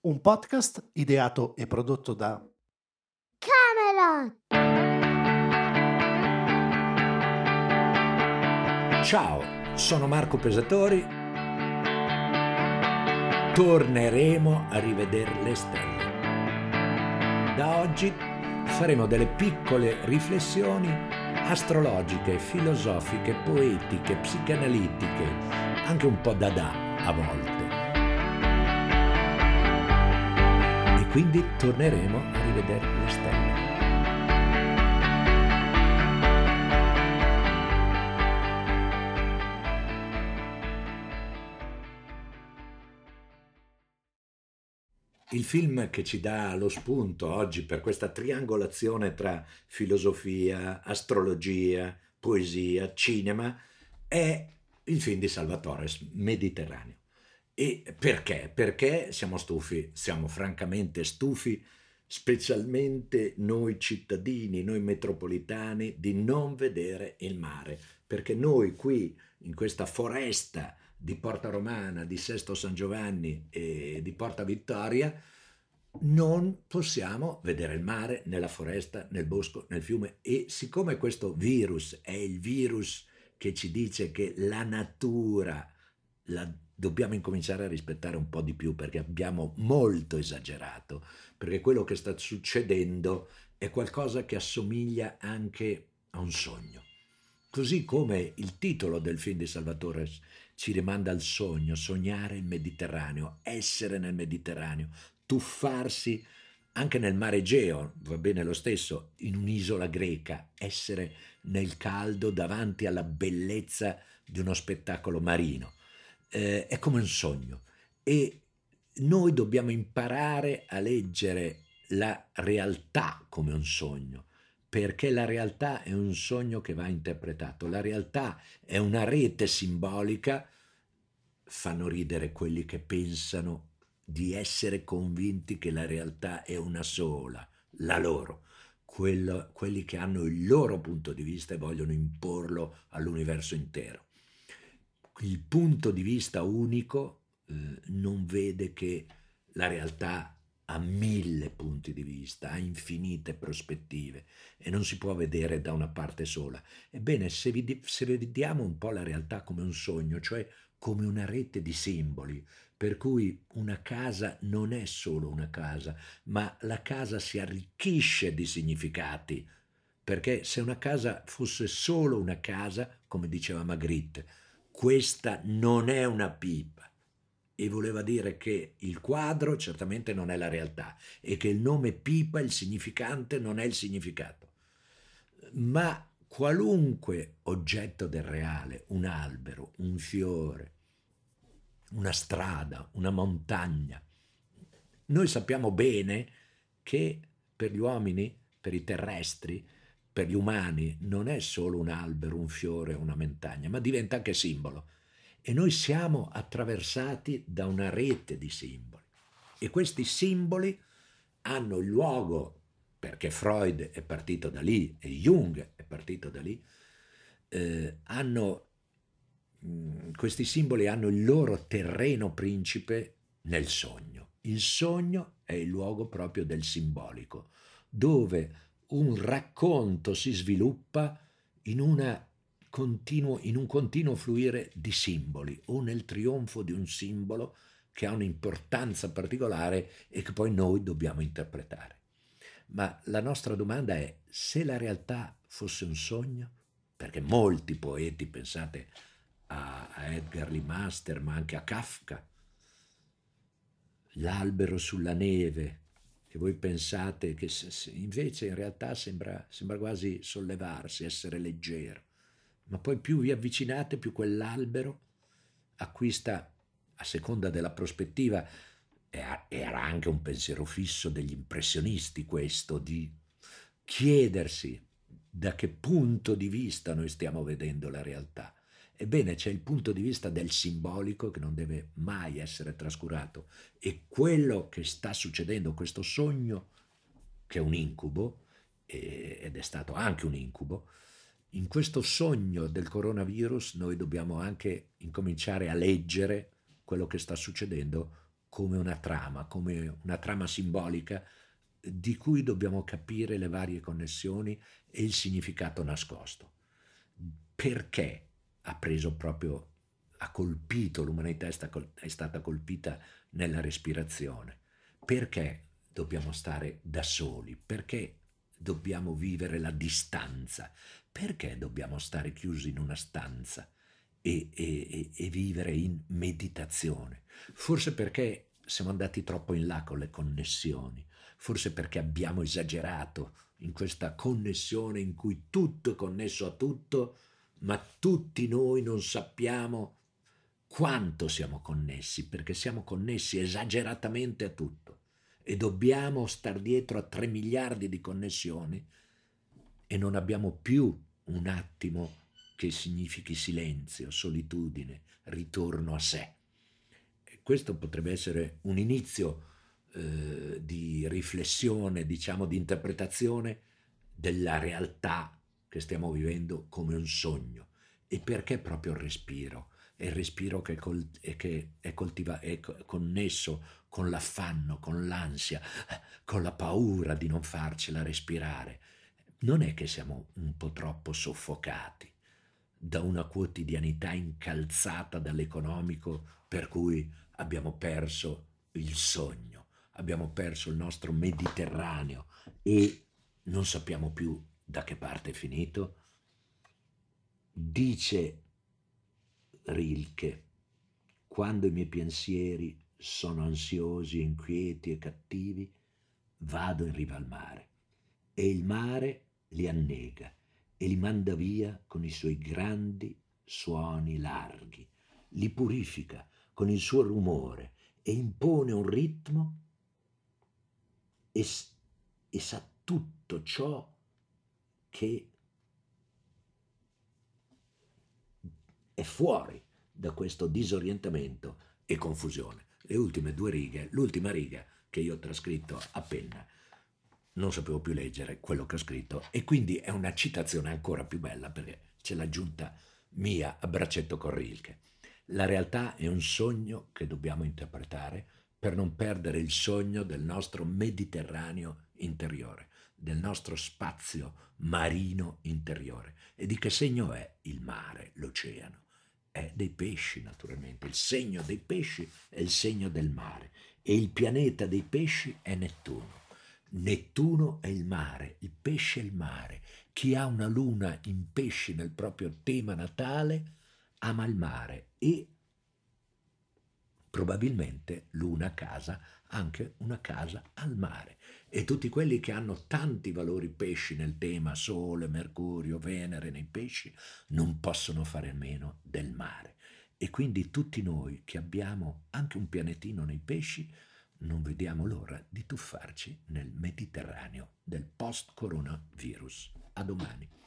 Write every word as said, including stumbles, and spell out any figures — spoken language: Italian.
un podcast ideato e prodotto da Camelot. Ciao, sono Marco Pesatori. Torneremo a rivedere le stelle. Da oggi faremo delle piccole riflessioni astrologiche, filosofiche, poetiche, psicanalitiche, anche un po' dada a volte. E quindi torneremo a rivedere le stelle. Il film che ci dà lo spunto oggi per questa triangolazione tra filosofia, astrologia, poesia, cinema è il film di Salvatore, Mediterraneo. E perché? Perché siamo stufi, siamo francamente stufi, specialmente noi cittadini, noi metropolitani, di non vedere il mare, perché noi qui in questa foresta di Porta Romana, di Sesto San Giovanni e di Porta Vittoria non possiamo vedere il mare, nella foresta, nel bosco, nel fiume. E siccome questo virus è il virus che ci dice che la natura la dobbiamo incominciare a rispettare un po' di più, perché abbiamo molto esagerato, perché quello che sta succedendo è qualcosa che assomiglia anche a un sogno. Così come il titolo del film di Salvatore ci rimanda al sogno, sognare il Mediterraneo, essere nel Mediterraneo, tuffarsi anche nel mare Egeo, va bene lo stesso, in un'isola greca, essere nel caldo davanti alla bellezza di uno spettacolo marino. Eh, è come un sogno e noi dobbiamo imparare a leggere la realtà come un sogno, perché la realtà è un sogno che va interpretato, la realtà è una rete simbolica. Fanno ridere quelli che pensano di essere convinti che la realtà è una sola, la loro, Quello, quelli che hanno il loro punto di vista e vogliono imporlo all'universo intero. Il punto di vista unico eh, non vede che la realtà ha mille punti di vista, ha infinite prospettive e non si può vedere da una parte sola. Ebbene, se, vidi- se vediamo un po' la realtà come un sogno, cioè come una rete di simboli, per cui una casa non è solo una casa, ma la casa si arricchisce di significati, perché se una casa fosse solo una casa, come diceva Magritte, questa non è una pipa. E voleva dire che il quadro certamente non è la realtà e che il nome pipa, il significante, non è il significato. Ma qualunque oggetto del reale, un albero, un fiore, una strada, una montagna, noi sappiamo bene che per gli uomini, per i terrestri, per gli umani non è solo un albero, un fiore, una montagna, ma diventa anche simbolo. E noi siamo attraversati da una rete di simboli. E questi simboli hanno il luogo, perché Freud è partito da lì e Jung è partito da lì, eh, hanno, mh, questi simboli hanno il loro terreno principe nel sogno. Il sogno è il luogo proprio del simbolico, dove un racconto si sviluppa in una continuo, in un continuo fluire di simboli o nel trionfo di un simbolo che ha un'importanza particolare e che poi noi dobbiamo interpretare. Ma la nostra domanda è: se la realtà fosse un sogno? Perché molti poeti, pensate a, a Edgar Lee Master, ma anche a Kafka, l'albero sulla neve, che voi pensate che se, se, invece in realtà sembra, sembra quasi sollevarsi, essere leggero. Ma poi più vi avvicinate, più quell'albero acquista, a seconda della prospettiva, era anche un pensiero fisso degli impressionisti questo, di chiedersi da che punto di vista noi stiamo vedendo la realtà. Ebbene, c'è il punto di vista del simbolico che non deve mai essere trascurato, e quello che sta succedendo, questo sogno che è un incubo, ed è stato anche un incubo, in questo sogno del coronavirus noi dobbiamo anche incominciare a leggere quello che sta succedendo come una trama, come una trama simbolica di cui dobbiamo capire le varie connessioni e il significato nascosto. Perché ha preso proprio, ha colpito, l'umanità è, sta, è stata colpita nella respirazione? Perché dobbiamo stare da soli? Perché dobbiamo vivere la distanza? Perché dobbiamo stare chiusi in una stanza e, e, e vivere in meditazione? Forse perché siamo andati troppo in là con le connessioni, forse perché abbiamo esagerato in questa connessione in cui tutto è connesso a tutto, ma tutti noi non sappiamo quanto siamo connessi, perché siamo connessi esageratamente a tutto e dobbiamo star dietro a tre miliardi di connessioni e non abbiamo più un attimo che significhi silenzio, solitudine, ritorno a sé. E questo potrebbe essere un inizio eh, di riflessione, diciamo di interpretazione della realtà che stiamo vivendo come un sogno. E perché proprio il respiro? È il respiro che, col, è, che è, coltiva, è connesso con l'affanno, con l'ansia, con la paura di non farcela respirare. Non è che siamo un po' troppo soffocati da una quotidianità incalzata dall'economico per cui abbiamo perso il sogno, abbiamo perso il nostro Mediterraneo e non sappiamo più da che parte è finito? Dice Rilke, quando i miei pensieri sono ansiosi, inquieti e cattivi, vado in riva al mare e il mare li annega e li manda via con i suoi grandi suoni larghi, li purifica con il suo rumore e impone un ritmo e, e sa tutto ciò che è fuori da questo disorientamento e confusione. Le ultime due righe, l'ultima riga che io ho trascritto a penna, non sapevo più leggere quello che ho scritto e quindi è una citazione ancora più bella perché ce l'ha aggiunta mia a braccetto con Rilke. La realtà è un sogno che dobbiamo interpretare per non perdere il sogno del nostro Mediterraneo interiore, del nostro spazio marino interiore. E di che segno è il mare, l'oceano? È dei pesci, naturalmente. Il segno dei pesci è il segno del mare e il pianeta dei pesci è Nettuno. Nettuno è il mare, il pesce è il mare. Chi ha una luna in pesci nel proprio tema natale ama il mare e probabilmente luna casa anche una casa al mare. E tutti quelli che hanno tanti valori pesci nel tema, Sole, Mercurio, Venere nei pesci, non possono fare a meno del mare. E quindi tutti noi che abbiamo anche un pianetino nei pesci, non vediamo l'ora di tuffarci nel Mediterraneo del post-coronavirus. A domani.